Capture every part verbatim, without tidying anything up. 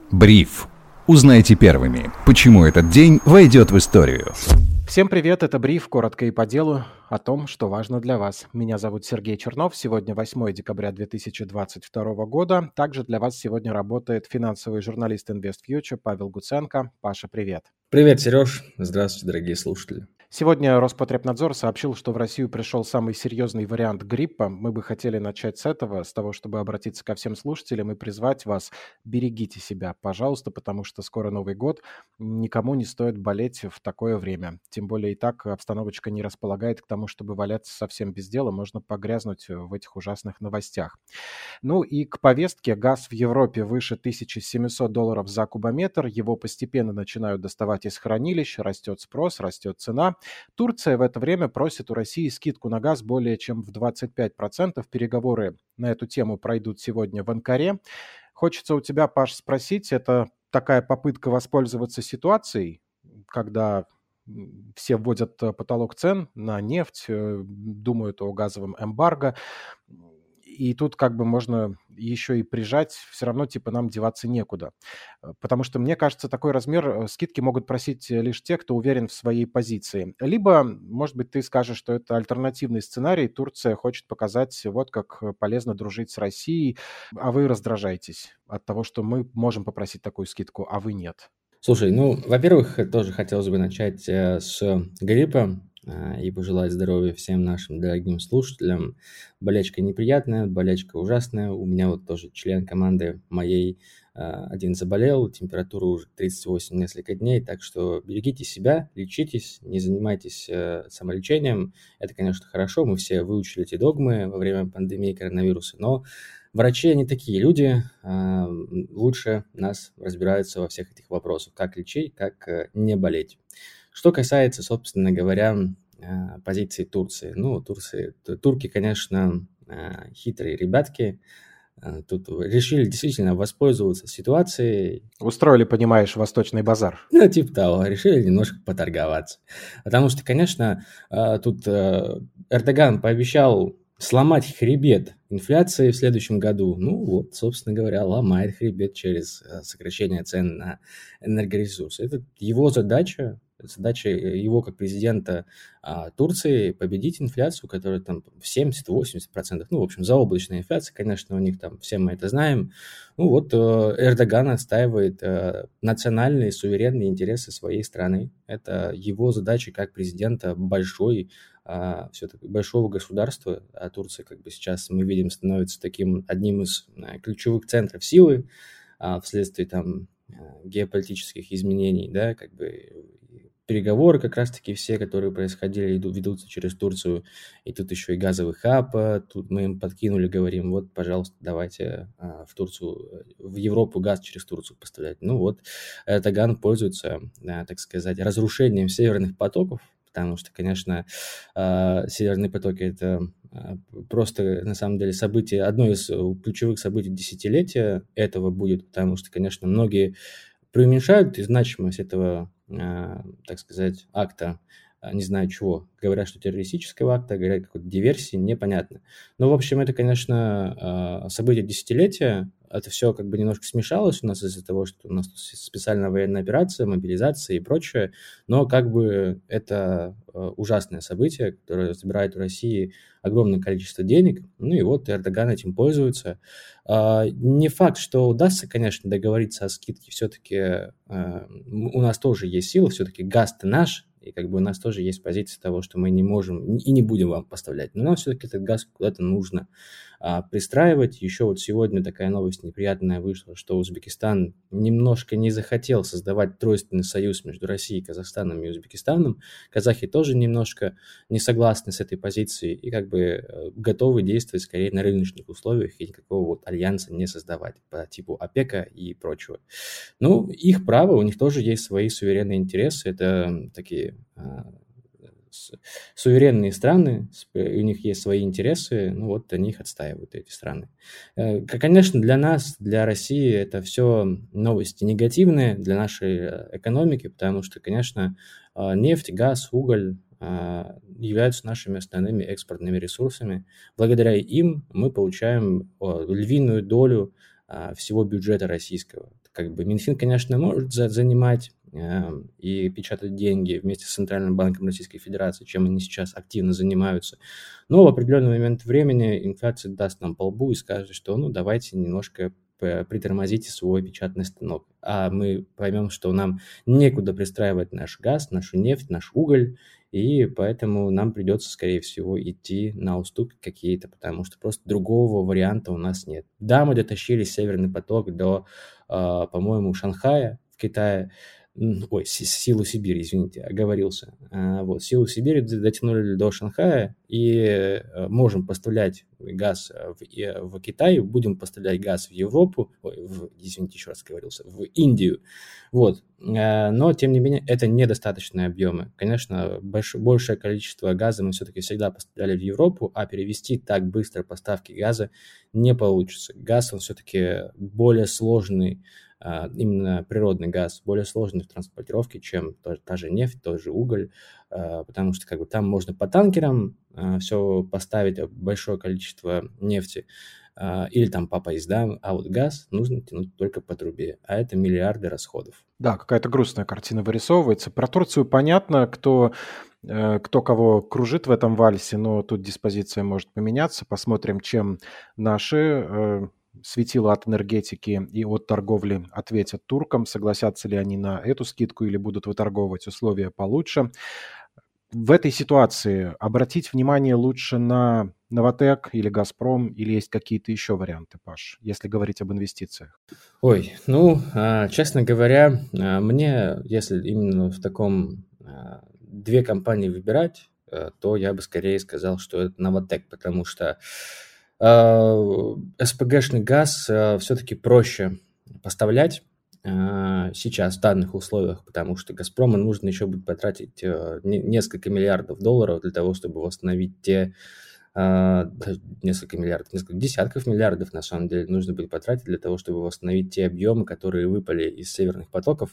Бриф. Узнайте первыми, почему этот день войдет в историю. Всем привет, это Бриф, коротко и по делу о том, что важно для вас. Меня зовут Сергей Чернов, сегодня восьмое декабря две тысячи двадцать второго года. Также для вас сегодня работает финансовый журналист InvestFuture Павел Гуценко. Паша, привет. Привет, Сереж. Здравствуйте, дорогие слушатели. Сегодня Роспотребнадзор сообщил, что в Россию пришел самый серьезный вариант гриппа. Мы бы хотели начать с этого, с того, чтобы обратиться ко всем слушателям и призвать вас: берегите себя, пожалуйста, потому что скоро Новый год, никому не стоит болеть в такое время. Тем более и так обстановочка не располагает к тому, чтобы валяться совсем без дела, можно погрязнуть в этих ужасных новостях. Ну и к повестке. Газ в Европе выше тысяча семьсот долларов за кубометр, его постепенно начинают доставать из хранилищ, растет спрос, растет цена. Турция в это время просит у России скидку на газ более чем в двадцать пять процентов. Переговоры на эту тему пройдут сегодня в Анкаре. Хочется у тебя, Паш, спросить, это такая попытка воспользоваться ситуацией, когда все вводят потолок цен на нефть, думают о газовом эмбарго, и тут как бы можно еще и прижать, все равно типа нам деваться некуда. Потому что, мне кажется, такой размер скидки могут просить лишь те, кто уверен в своей позиции. Либо, может быть, ты скажешь, что это альтернативный сценарий, Турция хочет показать, вот как полезно дружить с Россией, а вы раздражаетесь от того, что мы можем попросить такую скидку, а вы нет. Слушай, ну, во-первых, тоже хотелось бы начать э, с гриппа э, и пожелать здоровья всем нашим дорогим слушателям. Болячка неприятная, болячка ужасная. У меня вот тоже член команды моей э, один заболел, температура уже тридцать восемь несколько дней, так что берегите себя, лечитесь, не занимайтесь э, самолечением. Это, конечно, хорошо, мы все выучили эти догмы во время пандемии коронавируса, но врачи, они такие люди, лучше нас разбираются во всех этих вопросах, как лечить, как не болеть. Что касается, собственно говоря, позиции Турции. Ну, Турции, турки, конечно, хитрые ребятки, тут решили действительно воспользоваться ситуацией. Устроили, понимаешь, восточный базар. Ну, типа того, решили немножко поторговаться. Потому что, конечно, тут Эрдоган пообещал сломать хребет инфляции в следующем году. Ну вот, собственно говоря, ломает хребет через сокращение цен на энергоресурсы. Это его задача, задача его как президента а, Турции победить инфляцию, которая там в семьдесят-восемьдесят процентов. Ну, в общем, заоблачная инфляция, конечно, у них там, все мы это знаем. Ну вот, Эрдоган отстаивает э, национальные суверенные интересы своей страны. Это его задача как президента большой а, все-таки большого государства, а Турция, как бы сейчас мы видим, становится таким одним из а, ключевых центров силы а, вследствие там геополитических изменений, да, как бы переговоры как раз-таки все, которые происходили, идут, ведутся через Турцию, и тут еще и газовый хаб, тут мы им подкинули, говорим, вот, пожалуйста, давайте а, в Турцию, в Европу газ через Турцию поставлять. Ну вот, Эрдоган пользуется, да, так сказать, разрушением северных потоков, потому что, конечно, Северные потоки – это просто, на самом деле, событие, одно из ключевых событий десятилетия этого будет, потому что, конечно, многие преуменьшают значимость этого, так сказать, акта, не знаю чего. Говорят, что террористического акта, говорят, какой-то диверсии, непонятно. Но, в общем, это, конечно, событие десятилетия. Это все как бы немножко смешалось у нас из-за того, что у нас тут специальная военная операция, мобилизация и прочее. Но как бы это ужасное событие, которое забирает у России огромное количество денег. Ну и вот Эрдоган этим пользуется. Не факт, что удастся, конечно, договориться о скидке. Все-таки у нас тоже есть сила, все-таки газ-то наш. И как бы у нас тоже есть позиция того, что мы не можем и не будем вам поставлять. Но нам все-таки этот газ куда-то нужно а, пристраивать. Еще вот сегодня такая новость неприятная вышла, что Узбекистан немножко не захотел создавать тройственный союз между Россией, Казахстаном и Узбекистаном. Казахи тоже немножко не согласны с этой позицией и как бы готовы действовать скорее на рыночных условиях и никакого вот альянса не создавать по типу ОПЕКа и прочего. Ну, их право, у них тоже есть свои суверенные интересы. Это такие суверенные страны, у них есть свои интересы, ну вот они их отстаивают, эти страны. Конечно, для нас, для России это все новости негативные для нашей экономики, потому что, конечно, нефть, газ, уголь являются нашими основными экспортными ресурсами. Благодаря им мы получаем львиную долю всего бюджета российского. как бы Минфин, конечно, может за- занимать э, и печатать деньги вместе с Центральным банком Российской Федерации, чем они сейчас активно занимаются. Но в определенный момент времени инфляция даст нам по лбу и скажет, что ну давайте немножко п- притормозите свой печатный станок. А мы поймем, что нам некуда пристраивать наш газ, нашу нефть, наш уголь, и поэтому нам придется, скорее всего, идти на уступки какие-то, потому что просто другого варианта у нас нет. Да, мы дотащили Северный поток до, а, по-моему, Шанхая в Китае, М, ой, Си- Силу Сибири, извините, оговорился. А, Вот, Силу Сибири д- дотянули до Шанхая, и э, можем поставлять газ э, в, и- в Китай, будем поставлять газ в Европу, ой, в, извините, еще раз оговорился, в Индию. Вот. Э, Но, тем не менее, это недостаточные объемы. Конечно, больш- большее количество газа мы все-таки всегда поставляли в Европу, а перевести так быстро поставки газа не получится. Газ, он все-таки более сложный, а, именно природный газ, более сложный в транспортировке, чем та, та же нефть, тот же уголь, а, потому что как бы там можно по танкерам все поставить, а, большое количество нефти, а, или там по поездам, а вот газ нужно тянуть только по трубе, а это миллиарды расходов. Да, какая-то грустная картина вырисовывается. Про Турцию понятно, кто, э, кто кого кружит в этом вальсе, но тут диспозиция может поменяться. Посмотрим, чем наши э, светила от энергетики и от торговли ответят туркам, согласятся ли они на эту скидку или будут выторговывать условия получше. В этой ситуации обратить внимание лучше на Новатэк или Газпром, или есть какие-то еще варианты, Паш, если говорить об инвестициях? Ой, ну, а, честно говоря, а, мне, если именно в таком а, две компании выбирать, э, то я бы скорее сказал, что это Новатэк, потому что а, СПГшный газ все-таки проще поставлять а, сейчас в данных условиях, потому что Газпрому нужно еще будет потратить э, не- несколько миллиардов долларов для того, чтобы восстановить те а, даже несколько миллиардов, несколько десятков миллиардов, на самом деле, нужно будет потратить для того, чтобы восстановить те объемы, которые выпали из северных потоков.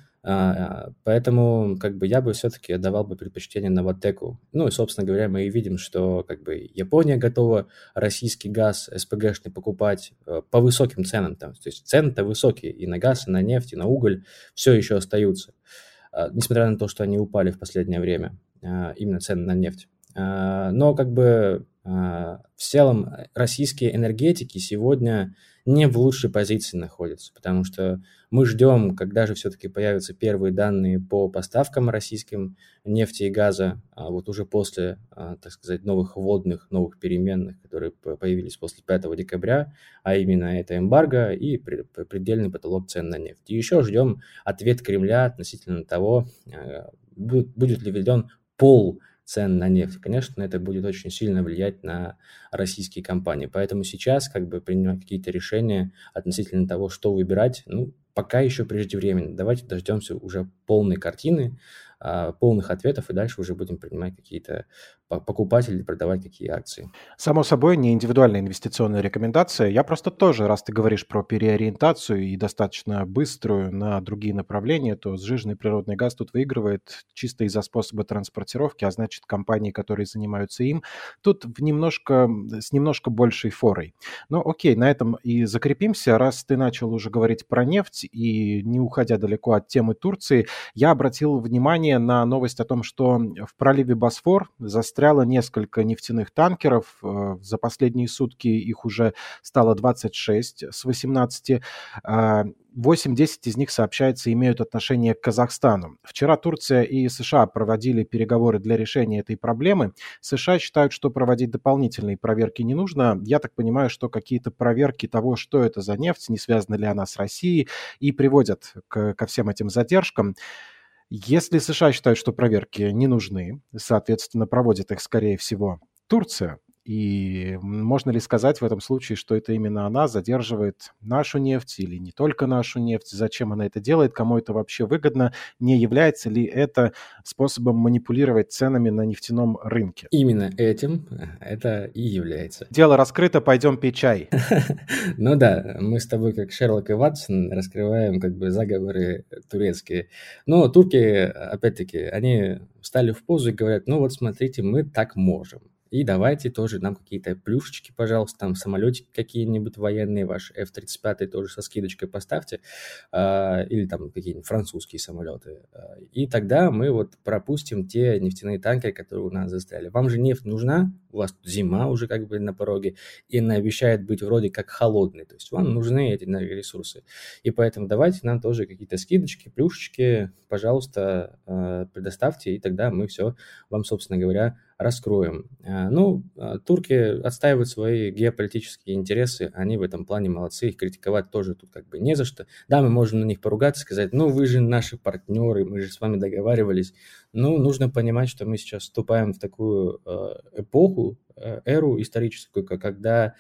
А, Поэтому как бы я бы все-таки давал бы предпочтение Новатэку. Ну и, собственно говоря, мы и видим, что как бы Япония готова российский газ СПГшный покупать э, по высоким ценам. Там, то есть цены-то высокие и на газ, и на нефть, и на уголь все еще остаются. А, Несмотря на то, что они упали в последнее время, а, именно цены на нефть. А, Но как бы а, в целом российские энергетики сегодня не в лучшей позиции находятся, потому что мы ждем, когда же все-таки появятся первые данные по поставкам российским нефти и газа, а вот уже после, а, так сказать, новых вводных, новых переменных, которые п- появились после пятого декабря, а именно это эмбарго и пре- предельный потолок цен на нефть. И еще ждем ответ Кремля относительно того, э, будет, будет ли введен пол цен на нефть. Конечно, это будет очень сильно влиять на российские компании. Поэтому сейчас как бы принимать какие-то решения относительно того, что выбирать, ну, пока еще преждевременно. Давайте дождемся уже полной картины, а, полных ответов, и дальше уже будем принимать какие-то по- покупать или продавать какие акции. Само собой, не индивидуальная инвестиционная рекомендация. Я просто тоже, раз ты говоришь про переориентацию и достаточно быструю на другие направления, то сжиженный природный газ тут выигрывает чисто из-за способа транспортировки, а значит, компании, которые занимаются им, тут в немножко, с немножко большей форой. Ну, окей, на этом и закрепимся. Раз ты начал уже говорить про нефть и не уходя далеко от темы Турции, я обратил внимание на новость о том, что в проливе Босфор застряло несколько нефтяных танкеров. Э, За последние сутки их уже стало двадцать шесть с восемнадцати. А, восемь-десять из них, сообщается, имеют отношение к Казахстану. Вчера Турция и США проводили переговоры для решения этой проблемы. США считают, что проводить дополнительные проверки не нужно. Я так понимаю, что какие-то проверки того, что это за нефть, не связана ли она с Россией, и приводят к- ко всем этим задержкам. Если США считают, что проверки не нужны, соответственно, проводит их, скорее всего, Турция. И можно ли сказать в этом случае, что это именно она задерживает нашу нефть или не только нашу нефть? Зачем она это делает? Кому это вообще выгодно? Не является ли это способом манипулировать ценами на нефтяном рынке? Именно этим э, это и является. Дело раскрыто, пойдем пить чай. Ну да, мы с тобой, как Шерлок и Ватсон, раскрываем как бы заговоры турецкие. Но турки, опять-таки, они встали в позу и говорят, ну вот смотрите, мы так можем. И давайте тоже нам какие-то плюшечки, пожалуйста, там самолетики какие-нибудь военные, ваши эф тридцать пять тоже со скидочкой поставьте, а, или там какие-нибудь французские самолеты. А, И тогда мы вот пропустим те нефтяные танкеры, которые у нас застряли. Вам же нефть нужна, у вас тут зима уже как бы на пороге, и она обещает быть вроде как холодной, то есть вам нужны эти энергоресурсы. И поэтому давайте нам тоже какие-то скидочки, плюшечки, пожалуйста, а, предоставьте, и тогда мы все вам, собственно говоря, раскроем. А, Ну, а, турки отстаивают свои геополитические интересы, они в этом плане молодцы, их критиковать тоже тут как бы не за что. Да, мы можем на них поругаться, сказать, ну, вы же наши партнеры, мы же с вами договаривались. Ну, нужно понимать, что мы сейчас вступаем в такую э, эпоху, э, эру историческую, ко- когда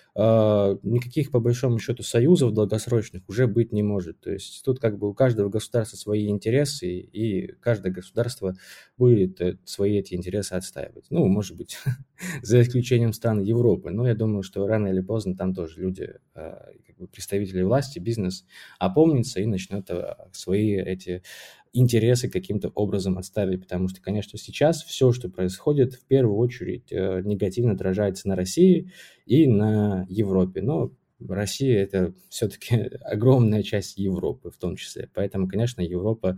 э, никаких, по большому счету, союзов долгосрочных уже быть не может. То есть тут как бы у каждого государства свои интересы, и каждое государство будет э, свои эти интересы отстаивать. Ну, может быть, за исключением стран Европы. Но я думаю, что рано или поздно там тоже люди, э, как бы представители власти, бизнес опомнится и начнет э, свои эти интересы каким-то образом отставить, потому что, конечно, сейчас все, что происходит, в первую очередь э, негативно отражается на России и на Европе. Но Россия – это все-таки огромная часть Европы в том числе. Поэтому, конечно, Европа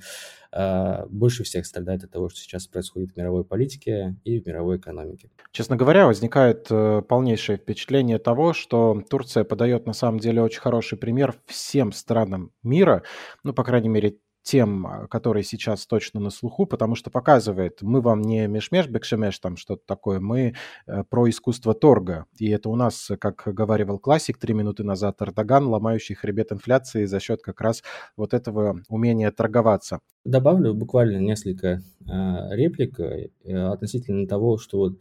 э, больше всех страдает от того, что сейчас происходит в мировой политике и в мировой экономике. Честно говоря, возникает э, полнейшее впечатление того, что Турция подает на самом деле очень хороший пример всем странам мира, ну, по крайней мере, тем, а, которые сейчас точно на слуху, потому что показывает, мы вам не мешмеш, бекшемеш, там что-то такое, мы э, про искусство торга. И это у нас, э, как говаривал классик три минуты назад, Эрдоган, ломающий хребет инфляции за счет как раз вот этого умения торговаться. Добавлю буквально несколько а, реплик э, относительно того, что вот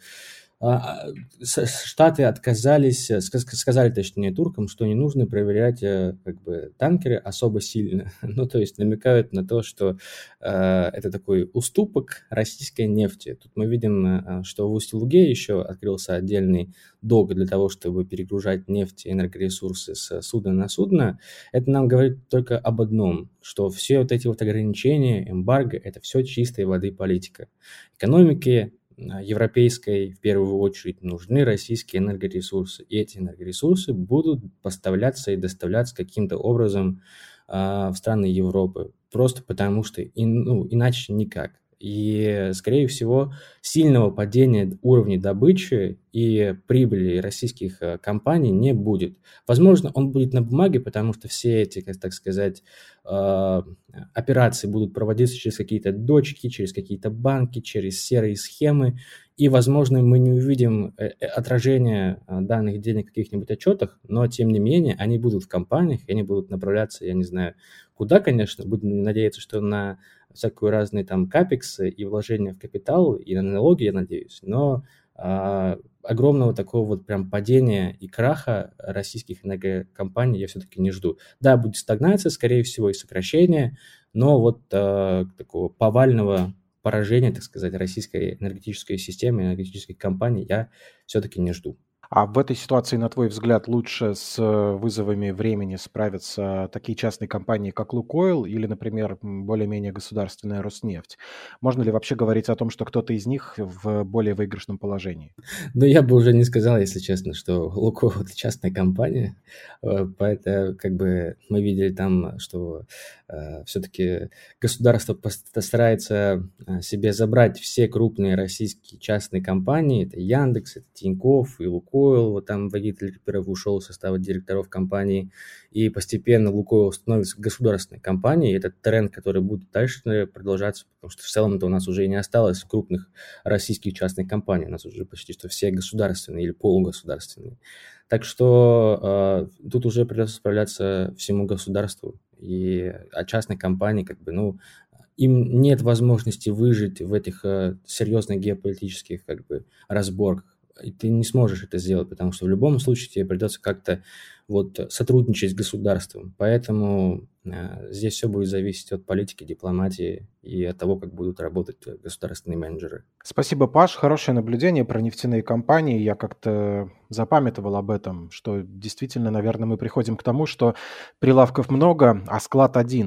а, а, с- Штаты отказались, э, ска- ска- сказали, точнее, туркам, что не нужно проверять э, как бы танкеры особо сильно. Ну, то есть намекают на то, что э, это такой уступок российской нефти. Тут мы видим, э, что в Усть-Луге еще открылся отдельный док для того, чтобы перегружать нефть и энергоресурсы с судна на судно. Это нам говорит только об одном, что все вот эти вот ограничения, эмбарго, это все чистой воды политика. Экономике а, европейской в первую очередь нужны российские энергоресурсы. И эти энергоресурсы будут поставляться и доставляться каким-то образом а, в страны Европы. Просто потому что и- ну, иначе никак. И, скорее всего, сильного падения уровня добычи и прибыли российских э, компаний не будет. Возможно, он будет на бумаге, потому что все эти, как так сказать, э, операции будут проводиться через какие-то дочки, через какие-то банки, через серые схемы, и, возможно, мы не увидим э, э, отражения э, данных денег в каких-нибудь отчетах, но, тем не менее, они будут в компаниях, и они будут направляться, я не знаю, куда, конечно, будем надеяться, что на всякие разные там капексы и вложения в капитал, и на налоги, я надеюсь, но а, огромного такого вот прям падения и краха российских энергокомпаний я все-таки не жду. Да, будет стагнация, скорее всего, и сокращение, но вот а, такого повального поражения, так сказать, российской энергетической системы, энергетических компаний я все-таки не жду. А в этой ситуации, на твой взгляд, лучше с э, вызовами времени справятся такие частные компании, как «Лукойл» или, например, м, более-менее государственная «Роснефть»? Можно ли вообще говорить о том, что кто-то из них в более выигрышном положении? Но я бы уже не сказал, если честно, что «Лукойл» — это частная компания. Э, Поэтому как бы мы видели там, что все-таки государство пост- старается э, себе забрать все крупные российские частные компании. Это Яндекс, это Тинькофф и «Лукойл». Вот там водитель первый ушел из состава директоров компании. И постепенно «Лукойл» становится государственной компанией. И этот тренд, который будет дальше продолжаться, потому что в целом-то у нас уже и не осталось крупных российских частных компаний. У нас уже почти что все государственные или полугосударственные. Так что э, тут уже придется справляться всему государству. И от частных компаний, как бы, ну, им нет возможности выжить в этих э, серьезных геополитических, как бы, разборках. И ты не сможешь это сделать, потому что в любом случае тебе придется как-то вот сотрудничать с государством. Поэтому э, здесь все будет зависеть от политики, дипломатии и от того, как будут работать э, государственные менеджеры. Спасибо, Паш. Хорошее наблюдение про нефтяные компании. Я как-то запамятовал об этом, что действительно, наверное, мы приходим к тому, что прилавков много, а склад один.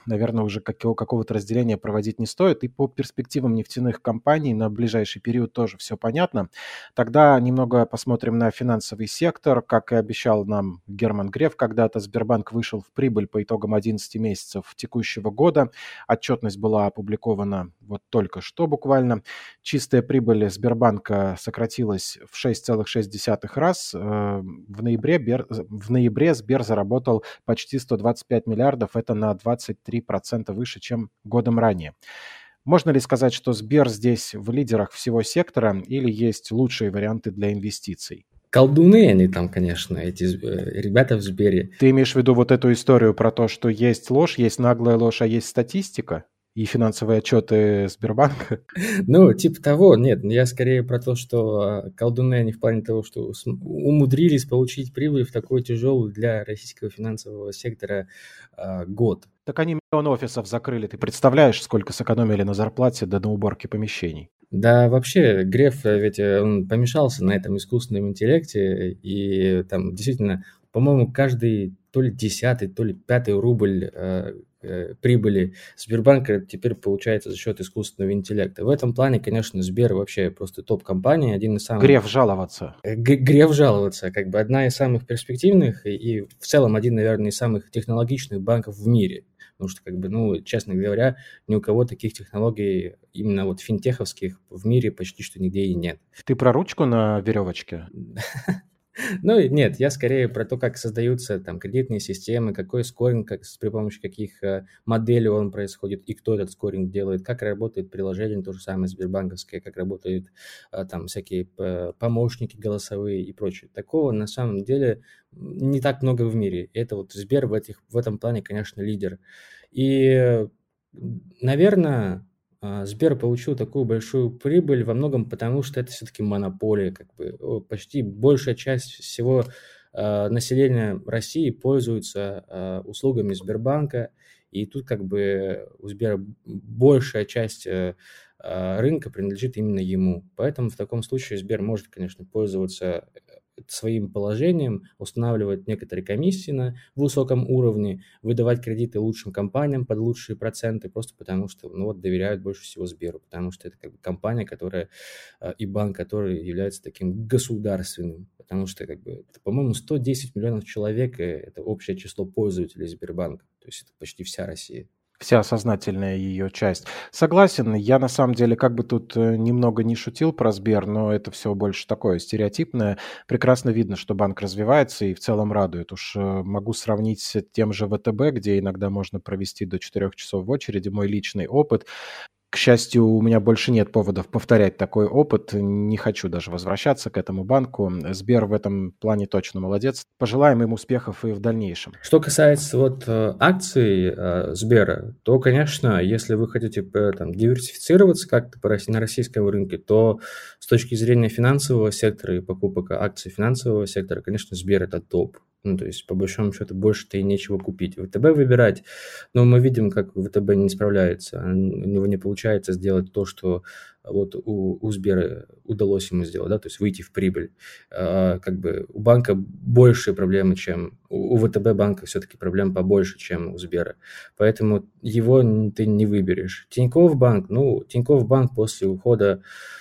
наверное, уже какого- какого-то разделения проводить не стоит. И по перспективам нефтяных компаний на ближайший период тоже все понятно. Тогда немного посмотрим на финансовый сектор. Как и обещал нам Герман Греф когда-то, Сбербанк вышел в прибыль по итогам одиннадцати месяцев текущего года. Отчетность была опубликована вот только что буквально. Чистая прибыль Сбербанка сократилась в шесть целых шесть десятых раз. Э, В ноябре, Бер- в ноябре Сбер заработал почти сто двадцать пять миллиардов. Это на двадцать три процента выше, чем годом ранее. Можно ли сказать, что Сбер здесь в лидерах всего сектора или есть лучшие варианты для инвестиций? Колдуны они там, конечно, эти э, ребята в Сбере. Ты имеешь в виду вот эту историю про то, что есть ложь, есть наглая ложь, а есть статистика и финансовые отчеты Сбербанка? Ну, типа того, нет, я скорее про то, что а, колдуны, они в плане того, что см- умудрились получить прибыль в такой тяжелый для российского финансового сектора а, год. Так они миллион офисов закрыли. Ты представляешь, сколько сэкономили на зарплате да на уборке помещений? Да, вообще, Греф э, ведь э, он помешался на этом искусственном интеллекте, и там действительно, по-моему, каждый то ли десятый, то ли пятый рубль э, э, прибыли Сбербанка теперь получается за счет искусственного интеллекта. В этом плане, конечно, Сбер вообще просто топ-компания, один из самых... Греф жаловаться. Э, г- Греф жаловаться, как бы одна из самых перспективных и, и в целом один, наверное, из самых технологичных банков в мире. Потому что, как бы, ну, честно говоря, ни у кого таких технологий, именно вот финтеховских, в мире почти что нигде и нет. Ты про ручку на веревочке? Ну, и нет, я скорее про то, как создаются там кредитные системы, какой скоринг, как, с- при помощи каких э, моделей он происходит и кто этот скоринг делает, как работает приложение, то же самое сбербанковское, как работают э, там всякие э, помощники голосовые и прочее. Такого на самом деле м, не так много в мире. Это вот Сбер в, этих, в этом плане, конечно, лидер. И, наверное, а, Сбер получил такую большую прибыль во многом потому, что это все-таки монополия, как бы О, почти большая часть всего а, населения России пользуется а, услугами Сбербанка, и тут как бы у Сбера большая часть э, а, рынка принадлежит именно ему. Поэтому в таком случае Сбер может, конечно, пользоваться э, своим положением, устанавливать некоторые комиссии на высоком уровне, выдавать кредиты лучшим компаниям под лучшие проценты, просто потому что, ну вот, доверяют больше всего Сберу, потому что это как бы компания, которая э, и банк, который является таким государственным, потому что, как бы, это, по-моему, сто десять миллионов человек, э, это общее число пользователей Сбербанка, то есть это почти вся Россия. Вся сознательная ее часть. Согласен, я на самом деле как бы тут э, немного не шутил про Сбер, но это все больше такое стереотипное. Прекрасно видно, что банк развивается и в целом радует. Уж э, могу сравнить с тем же ВТБ, где иногда можно провести до четырех часов в очереди, мой личный опыт. К счастью, у меня больше нет поводов повторять такой опыт. Не хочу даже возвращаться к этому банку. Сбер в этом плане точно молодец. Пожелаем им успехов и в дальнейшем. Что касается вот э, акций э, Сбера, то, конечно, если вы хотите э, там, диверсифицироваться как-то по России- на российском рынке, то с точки зрения финансового сектора и покупок акций финансового сектора, конечно, Сбер это топ. Ну, то есть, по большому счету, больше-то и нечего купить. ВТБ выбирать, но мы видим, как ВТБ не справляется. У него не получается сделать то, что вот у, у Сбера удалось ему сделать, да, то есть выйти в прибыль. А, как бы у банка большие проблемы, чем... У, у ВТБ банка все-таки проблем побольше, чем у Сбера. Поэтому его н- ты не выберешь. Тинькофф банк, ну, Тинькофф банк после ухода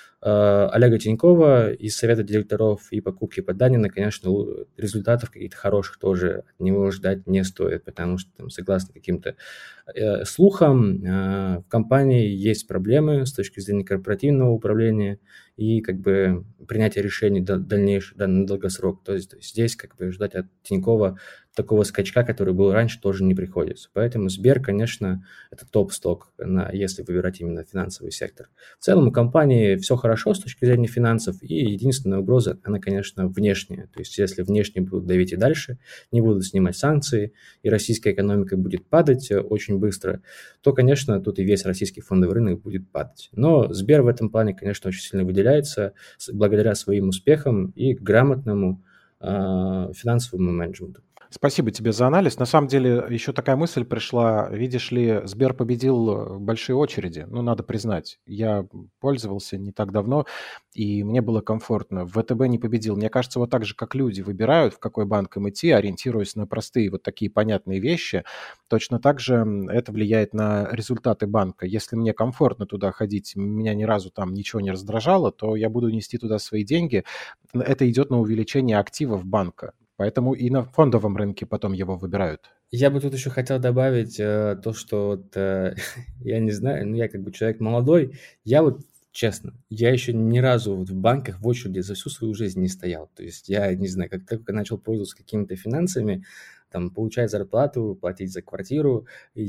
э, Олега Тинькова из совета директоров и покупки Поданина, конечно, лу- результатов каких-то хороших тоже от него ждать не стоит, потому что, там, согласно каким-то э, слухам, э, в компании есть проблемы с точки зрения корпоративного управления и как бы принятия решений да- дальнейших да, на долгосрок. То есть, то есть здесь как бы ждать от Тинькова такого скачка, который был раньше, тоже не приходится. Поэтому Сбер, конечно, это топ-сток, на, если выбирать именно финансовый сектор. В целом у компании все хорошо с точки зрения финансов, и единственная угроза, она, конечно, внешняя. То есть если внешне будут давить и дальше, не будут снимать санкции, и российская экономика будет падать э, очень быстро, то, конечно, тут и весь российский фондовый рынок будет падать. Но Сбер в этом плане, конечно, очень сильно выделяется с- благодаря своим успехам и грамотному э, финансовому менеджменту. Спасибо тебе за анализ. На самом деле, еще такая мысль пришла. Видишь ли, Сбер победил э, большие очереди. Ну, надо признать. Я пользовался не так давно, и мне было комфортно. В ВТБ не победил. Мне кажется, вот так же, как люди выбирают, в какой банк им идти, ориентируясь на простые вот такие понятные вещи, точно так же м, это влияет на результаты банка. Если мне комфортно туда ходить, меня ни разу там ничего не раздражало, то я буду нести туда свои деньги. Это идет на увеличение активов банка. Поэтому и на фондовом рынке потом его выбирают. Я бы тут еще хотел добавить э, то, что вот, э, я не знаю, ну я как бы человек молодой, я вот честно, я еще ни разу вот в банках в очереди за всю свою жизнь не стоял. То есть я не знаю, как только начал пользоваться какими-то финансами, там, получать зарплату, платить за квартиру,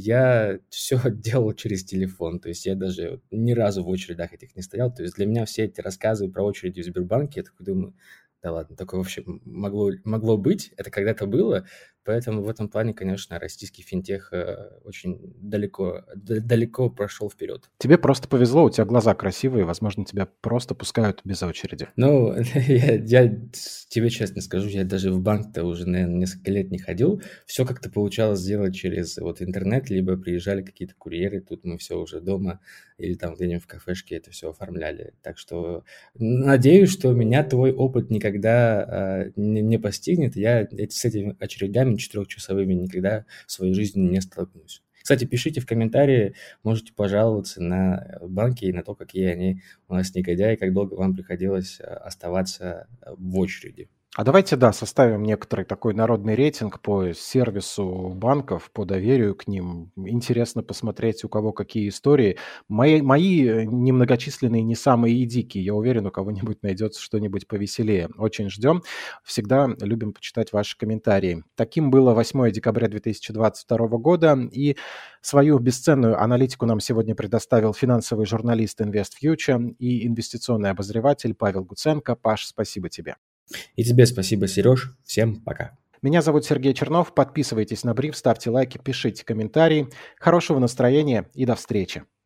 я все делал через телефон. То есть я даже вот ни разу в очередях этих не стоял. То есть для меня все эти рассказы про очереди в Сбербанке, я такой думаю, да ладно, такое вообще могло, могло быть, это когда-то было, поэтому в этом плане, конечно, российский финтех э, очень далеко, д- далеко прошел вперед. Тебе просто повезло, у тебя глаза красивые, возможно, тебя просто пускают без очереди. Ну, я, я с- тебе честно скажу, я даже в банк-то уже, наверное, несколько лет не ходил. Все как-то получалось сделать через вот интернет, либо приезжали какие-то курьеры, тут мы все уже дома или там где-нибудь в кафешке это все оформляли. Так что надеюсь, что меня твой опыт никогда э, не, не постигнет. Я эти- с этими очередями четырехчасовыми никогда в своей жизни не столкнусь. Кстати, пишите в комментарии, можете пожаловаться на банки и на то, какие они у нас негодяи, как долго вам приходилось э, оставаться э, в очереди. А давайте, да, составим некоторый такой народный рейтинг по сервису банков, по доверию к ним. Интересно посмотреть, у кого какие истории. Мои, мои э, немногочисленные, не самые и дикие. Я уверен, у кого-нибудь найдется что-нибудь повеселее. Очень ждем. Всегда любим почитать ваши комментарии. Таким было восьмое декабря две тысячи двадцать второго года. И свою бесценную аналитику нам сегодня предоставил финансовый журналист InvestFuture и инвестиционный обозреватель Павел Гуценко. Паш, спасибо тебе. И тебе спасибо, Сереж. Всем пока. Меня зовут Сергей Чернов. Подписывайтесь на бриф, ставьте лайки, пишите комментарии. Хорошего настроения и до встречи.